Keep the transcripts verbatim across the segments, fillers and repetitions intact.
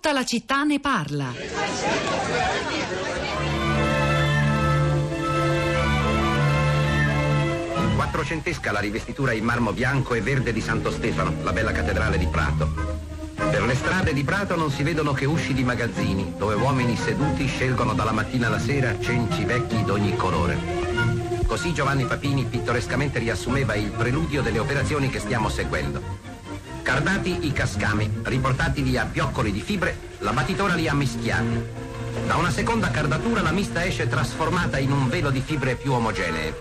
Tutta la città ne parla. Quattrocentesca la rivestitura in marmo bianco e verde di Santo Stefano, la bella cattedrale di Prato. Per le strade di Prato non si vedono che usci di magazzini, dove uomini seduti scelgono dalla mattina alla sera cenci vecchi d'ogni colore. Così Giovanni Papini pittorescamente riassumeva il preludio delle operazioni che stiamo seguendo. Cardati i cascami, riportati a pioccoli di fibre, la battitora li ha mischiati. Da una seconda cardatura la mista esce trasformata in un velo di fibre più omogenee.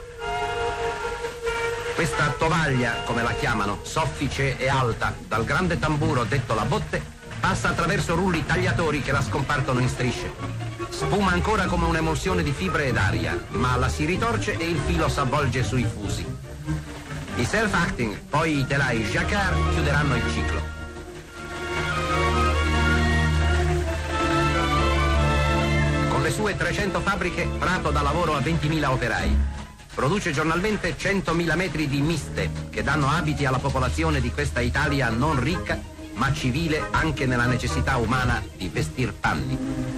Questa tovaglia, come la chiamano, soffice e alta, dal grande tamburo detto la botte, passa attraverso rulli tagliatori che la scompartono in strisce. Spuma ancora come un'emulsione di fibre ed aria, ma la si ritorce e il filo s'avvolge sui fusi. I self-acting, poi i telai jacquard chiuderanno il ciclo. Con le sue trecento fabbriche, Prato dà lavoro a ventimila operai. Produce giornalmente centomila metri di miste che danno abiti alla popolazione di questa Italia non ricca, ma civile anche nella necessità umana di vestir panni.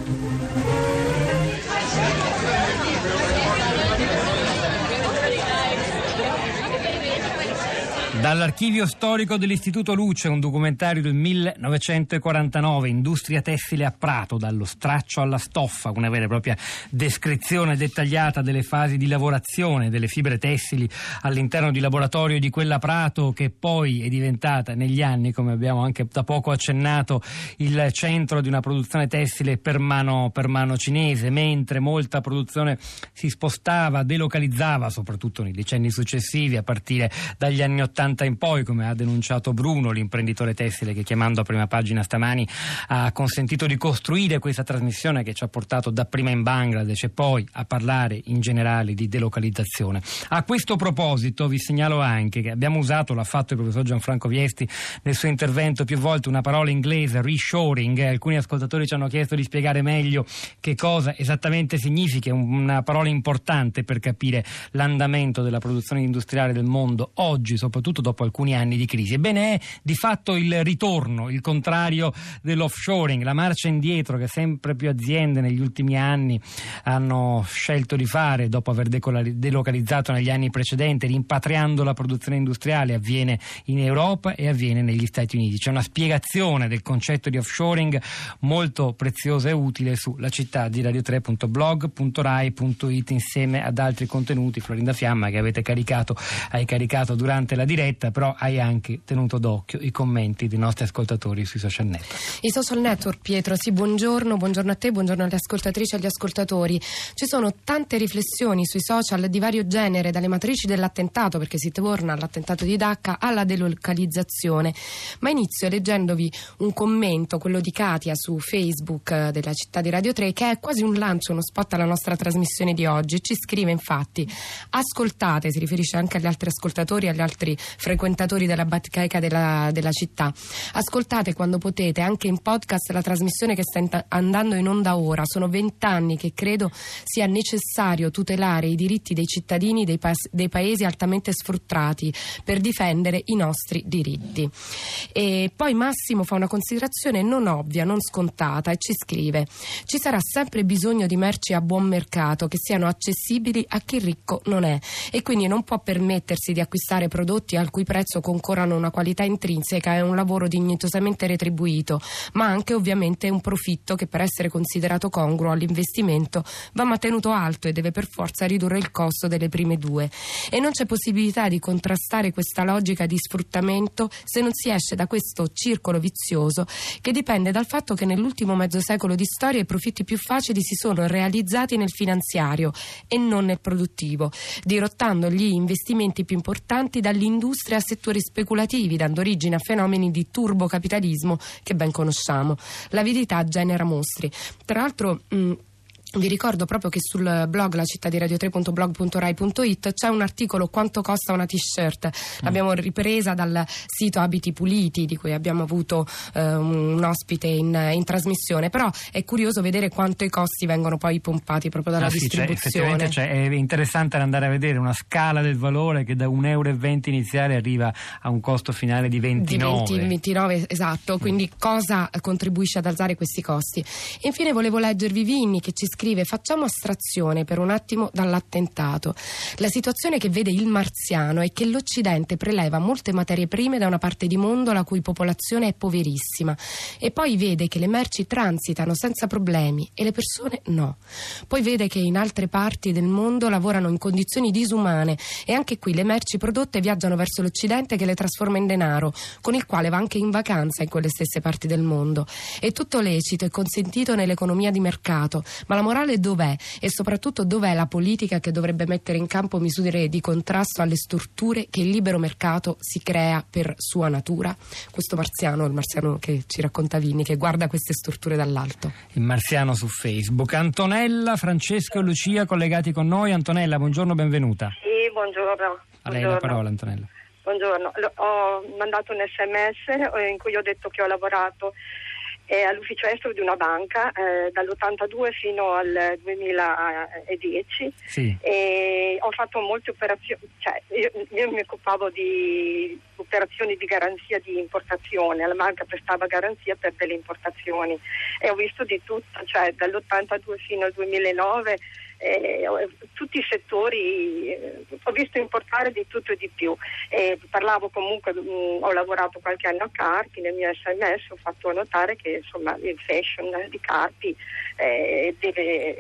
Dall'archivio storico dell'Istituto Luce, un documentario del millenovecentoquarantanove, Industria tessile a Prato, dallo straccio alla stoffa, una vera e propria descrizione dettagliata delle fasi di lavorazione delle fibre tessili all'interno di laboratorio di quella Prato, che poi è diventata negli anni, come abbiamo anche da poco accennato, il centro di una produzione tessile per mano, per mano cinese, mentre molta produzione si spostava, delocalizzava, soprattutto nei decenni successivi, a partire dagli anni ottanta in poi, come ha denunciato Bruno, l'imprenditore tessile che chiamando a Prima Pagina stamani ha consentito di costruire questa trasmissione che ci ha portato dapprima in Bangladesh e poi a parlare in generale di delocalizzazione. A questo proposito vi segnalo anche che abbiamo usato, l'ha fatto il professor Gianfranco Viesti nel suo intervento più volte, una parola inglese, reshoring. Alcuni ascoltatori ci hanno chiesto di spiegare meglio che cosa esattamente significa, una parola importante per capire l'andamento della produzione industriale del mondo oggi, soprattutto dopo alcuni anni di crisi. Ebbene, è di fatto il ritorno, il contrario dell'offshoring, la marcia indietro che sempre più aziende negli ultimi anni hanno scelto di fare dopo aver delocalizzato negli anni precedenti, rimpatriando la produzione industriale, avviene in Europa e avviene negli Stati Uniti. C'è una spiegazione del concetto di offshoring molto preziosa e utile su la città di radio tre punto blog punto rai punto it insieme ad altri contenuti. Florinda Fiamma, che avete caricato, hai caricato durante la diretta, però hai anche tenuto d'occhio i commenti dei nostri ascoltatori sui social network. I social network, Pietro, sì, buongiorno, buongiorno a te, buongiorno alle ascoltatrici e agli ascoltatori. Ci sono tante riflessioni sui social di vario genere, dalle matrici dell'attentato, perché si torna all'attentato di Dacca, alla delocalizzazione. Ma inizio leggendovi un commento, quello di Katia su Facebook della città di Radio tre, che è quasi un lancio, uno spot alla nostra trasmissione di oggi. Ci scrive infatti: ascoltate, si riferisce anche agli altri ascoltatori e agli altri frequentatori della battecca della, della città, ascoltate quando potete anche in podcast la trasmissione che sta in- andando in onda ora. Sono vent'anni che credo sia necessario tutelare i diritti dei cittadini dei, pa- dei paesi altamente sfruttati per difendere i nostri diritti. E poi Massimo fa una considerazione non ovvia, non scontata, e ci scrive: ci sarà sempre bisogno di merci a buon mercato che siano accessibili a chi ricco non è e quindi non può permettersi di acquistare prodotti al cui prezzo concorrano una qualità intrinseca e un lavoro dignitosamente retribuito, ma anche ovviamente un profitto che per essere considerato congruo all'investimento va mantenuto alto e deve per forza ridurre il costo delle prime due. E non c'è possibilità di contrastare questa logica di sfruttamento se non si esce da questo circolo vizioso che dipende dal fatto che nell'ultimo mezzo secolo di storia i profitti più facili si sono realizzati nel finanziario e non nel produttivo, dirottando gli investimenti più importanti dall'industria a settori speculativi, dando origine a fenomeni di turbocapitalismo che ben conosciamo. L'avidità genera mostri. Tra l'altro mh, Vi ricordo proprio che sul blog la città di radio tre punto blog punto rai punto it c'è un articolo quanto costa una t-shirt. L'abbiamo ripresa dal sito Abiti Puliti, di cui abbiamo avuto eh, un ospite in, in trasmissione, però è curioso vedere quanto i costi vengono poi pompati proprio dalla ah, sì, distribuzione. Cioè, è interessante andare a vedere una scala del valore che da un euro e venti iniziale arriva a un costo finale di ventinove. Di venti, ventinove, esatto. Quindi mm. cosa contribuisce ad alzare questi costi? E infine volevo leggervi Vinni, che ci scrive: facciamo astrazione per un attimo dall'attentato. La situazione che vede il Marziano è che l'Occidente preleva molte materie prime da una parte di mondo la cui popolazione è poverissima e poi vede che le merci transitano senza problemi e le persone no. Poi vede che in altre parti del mondo lavorano in condizioni disumane e anche qui le merci prodotte viaggiano verso l'Occidente che le trasforma in denaro, con il quale va anche in vacanza in quelle stesse parti del mondo. È tutto lecito e consentito nell'economia di mercato, ma la morale dov'è? E soprattutto dov'è la politica che dovrebbe mettere in campo misure di contrasto alle storture che il libero mercato si crea per sua natura? Questo Marziano, il Marziano che ci racconta Vinni, che guarda queste storture dall'alto. Il Marziano su Facebook. Antonella, Francesco e Lucia collegati con noi. Antonella, buongiorno, benvenuta. Sì, buongiorno. A lei la parola, Antonella. Buongiorno, ho mandato un sms in cui ho detto che ho lavorato eh, all'ufficio estero di una banca eh, dall'ottantadue fino al duemiladieci. Sì. E ho fatto molte operazioni, cioè io, io mi occupavo di operazioni di garanzia di importazione, la banca prestava garanzia per delle importazioni e ho visto di tutto, cioè dall'ottantadue fino al duemilanove. Eh, tutti i settori, eh, ho visto importare di tutto e di più. Eh, parlavo comunque, mh, ho lavorato qualche anno a Carpi, nel mio sms ho fatto notare che insomma il fashion di Carpi eh, deve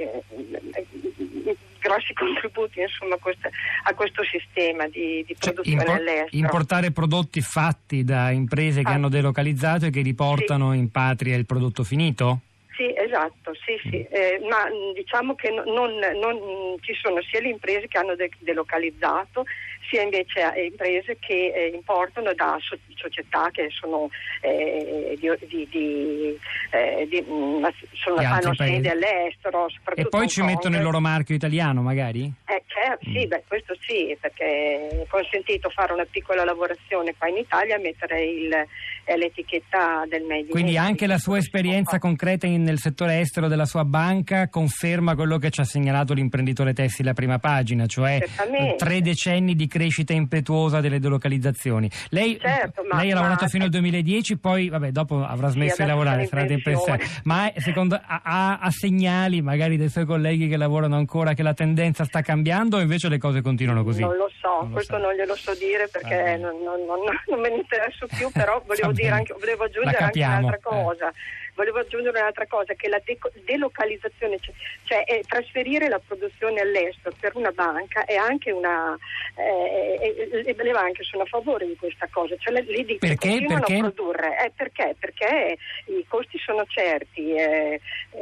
eh, grossi contributi insomma a questo, a questo sistema di, di produzione cioè, impor- all'estero. Importare prodotti fatti da imprese che ah. hanno delocalizzato e che riportano sì. in patria il prodotto finito? Sì, esatto, sì, sì, eh, ma diciamo che non, non ci sono sia le imprese che hanno de- delocalizzato, sia invece imprese che eh, importano da so- società che sono eh, di, di, di, eh, di sono, hanno sede all'estero. E poi ci mettono il loro marchio italiano magari? Eh, certo, sì, mm. beh, questo sì, perché è consentito fare una piccola lavorazione qua in Italia e mettere il, eh, l'etichetta del made in Quindi Italy. Anche la sua esperienza concreta in, nel settore estero della sua banca conferma quello che ci ha segnalato l'imprenditore tessile a prima pagina, cioè tre decenni di crescita impetuosa delle delocalizzazioni. Lei, certo, ma, lei ha lavorato ma... fino al duemiladieci, poi vabbè, dopo avrà smesso sì, di lavorare, sarà in pensione. Ma secondo ha, ha segnali magari dei suoi colleghi che lavorano ancora che la tendenza sta cambiando o invece le cose continuano così? Non lo so, non lo questo so. non glielo so dire perché ah, non, non, non, non me ne interesso più, però volevo dire anche, volevo aggiungere anche un'altra cosa. Eh. Volevo aggiungere un'altra cosa, che la de- delocalizzazione, cioè, cioè è trasferire la produzione all'estero per una banca è anche una eh, e le banche sono a favore di questa cosa, cioè le, le dicono perché? continuano perché? a produrre, eh, perché? Perché i costi sono certi, eh,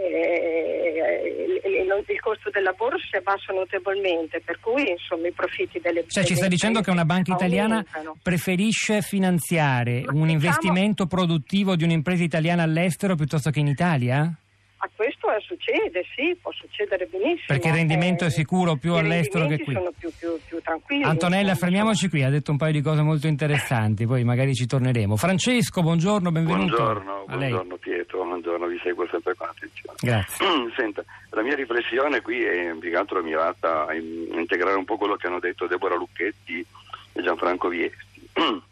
eh, il, il costo del lavoro si abbassa notevolmente, per cui insomma i profitti delle cioè ci sta dicendo che una banca italiana aumentano. Preferisce finanziare Ma un diciamo, investimento produttivo di un'impresa italiana all'estero piuttosto che in Italia? A questo succede, sì, può succedere benissimo. Perché il rendimento eh, è sicuro più all'estero che qui. Sono più, più, più tranquilli. Antonella, insomma, fermiamoci qui, ha detto un paio di cose molto interessanti, poi magari ci torneremo. Francesco, buongiorno, benvenuto. Buongiorno, buongiorno Pietro, buongiorno, vi seguo sempre con attenzione. Grazie. Senta, la mia riflessione qui è più che altro mirata a integrare un po' quello che hanno detto Deborah Lucchetti e Gianfranco Viesti.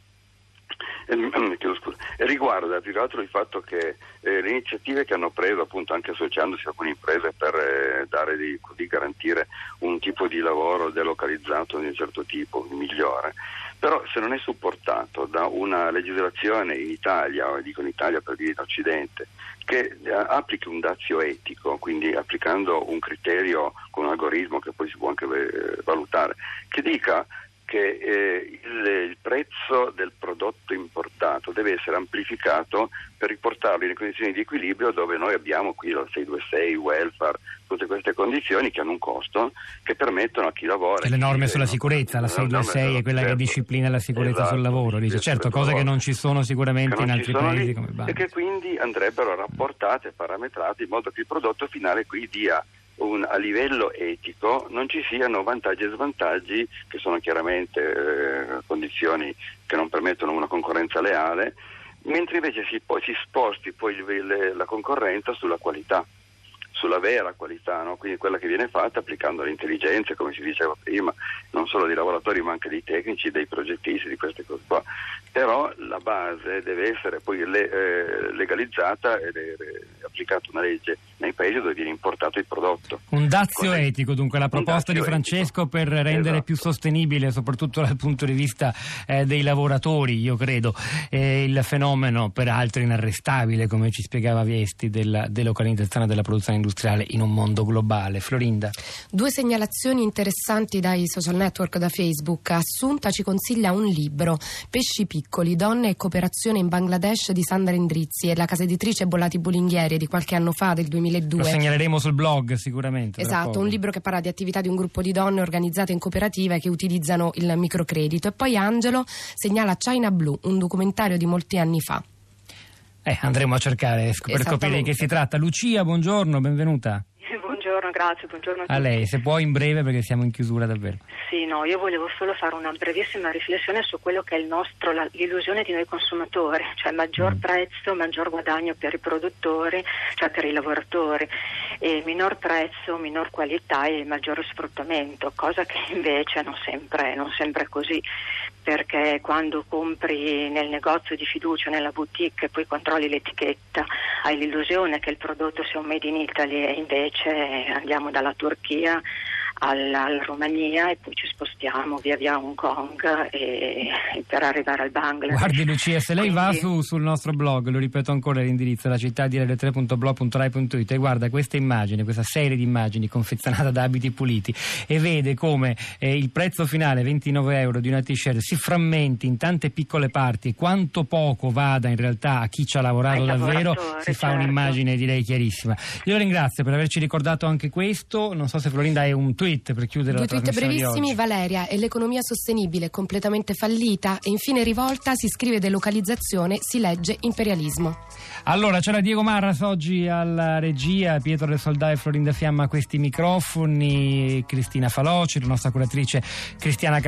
Chiedo scusa. Riguarda più che altro il fatto che eh, le iniziative che hanno preso, appunto anche associandosi a alcune imprese per eh, dare di, di garantire un tipo di lavoro delocalizzato di un certo tipo, migliore, però se non è supportato da una legislazione in Italia, o dico in Italia per dire in Occidente, che eh, applichi un dazio etico, quindi applicando un criterio con un algoritmo che poi si può anche eh, valutare, che dica che eh, il, il prezzo del prodotto importato deve essere amplificato per riportarlo in condizioni di equilibrio dove noi abbiamo qui la sei due sei, welfare, tutte queste condizioni che hanno un costo che permettono a chi lavora. E le norme sulla sicurezza, la sei due sei è quella certo, che disciplina la sicurezza esatto, sul lavoro, dice certo, cose che non ci sono sicuramente in altri paesi lì, come banca. E che quindi andrebbero rapportate, parametrate in modo che il prodotto finale qui dia un, a livello etico non ci siano vantaggi e svantaggi, che sono chiaramente eh, condizioni che non permettono una concorrenza leale, mentre invece si, poi, si sposti poi le, la concorrenza sulla qualità, sulla vera qualità, no? Quindi quella che viene fatta applicando l'intelligenza, come si diceva prima, non solo dei lavoratori ma anche dei tecnici, dei progettisti, di queste cose qua. Però la base deve essere poi le, eh, legalizzata ed è applicata una legge nei paesi dove viene importato il prodotto. Un dazio Con etico, dunque la proposta di Francesco etico. per rendere esatto. più sostenibile, soprattutto dal punto di vista eh, dei lavoratori, io credo, eh, il fenomeno peraltro inarrestabile, come ci spiegava Viesti, della delocalizzazione della produzione industriale in un mondo globale. Florinda. Due segnalazioni interessanti dai social network, da Facebook. Assunta ci consiglia un libro, Pesci piccoli, donne e cooperazione in Bangladesh, di Sandra Endrizzi, e la casa editrice Bollati Bolinghieri, di qualche anno fa, del duemiladue. Lo segnaleremo sul blog sicuramente. Esatto, un libro che parla di attività di un gruppo di donne organizzate in cooperativa che utilizzano il microcredito. E poi Angelo segnala China Blue, un documentario di molti anni fa. Eh, andremo a cercare per scoprire di che si tratta. Lucia, buongiorno, benvenuta. Buongiorno, grazie, buongiorno a tutti. A lei, se può in breve perché siamo in chiusura davvero. Sì, no, io volevo solo fare una brevissima riflessione su quello che è il nostro, la, l'illusione di noi consumatori, cioè maggior Mm. prezzo, maggior guadagno per i produttori, cioè per i lavoratori, e minor prezzo, minor qualità e maggiore sfruttamento, cosa che invece non sempre, non sempre è così, perché quando compri nel negozio di fiducia, nella boutique, e poi controlli l'etichetta, hai l'illusione che il prodotto sia un made in Italy e invece andiamo dalla Turchia alla, alla Romania e poi ci spostiamo via via Hong Kong e, e per arrivare al Bangladesh. Guardi Lucia, se lei Quindi... va su, sul nostro blog, lo ripeto ancora l'indirizzo, la città di radio tre punto blog punto rai punto it, e guarda questa immagine, questa serie di immagini confezionata da Abiti Puliti e vede come eh, il prezzo finale, ventinove euro, di una t-shirt si frammenti in tante piccole parti e quanto poco vada in realtà a chi ci ha lavorato davvero, si fa certo. un'immagine direi chiarissima. Io la ringrazio per averci ricordato anche questo. Non so se Florinda hai un tweet per chiudere Due la tweet trasmissione brevissimi. di oggi. Valeria, e l'economia sostenibile completamente fallita, e infine rivolta, si scrive delocalizzazione, si legge imperialismo. Allora c'era Diego Marras oggi alla regia, Pietro del Soldà e Florinda Fiamma a questi microfoni, Cristina Faloci, la nostra curatrice Cristiana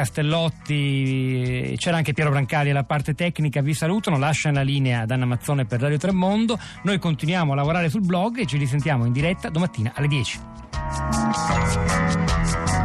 Castellotti, c'era anche Piero Brancali alla parte tecnica. Vi salutano, lasciano la linea ad Anna Mazzone per Radio Tremondo. Noi continuiamo a lavorare sul blog e ci risentiamo in diretta domattina alle dieci.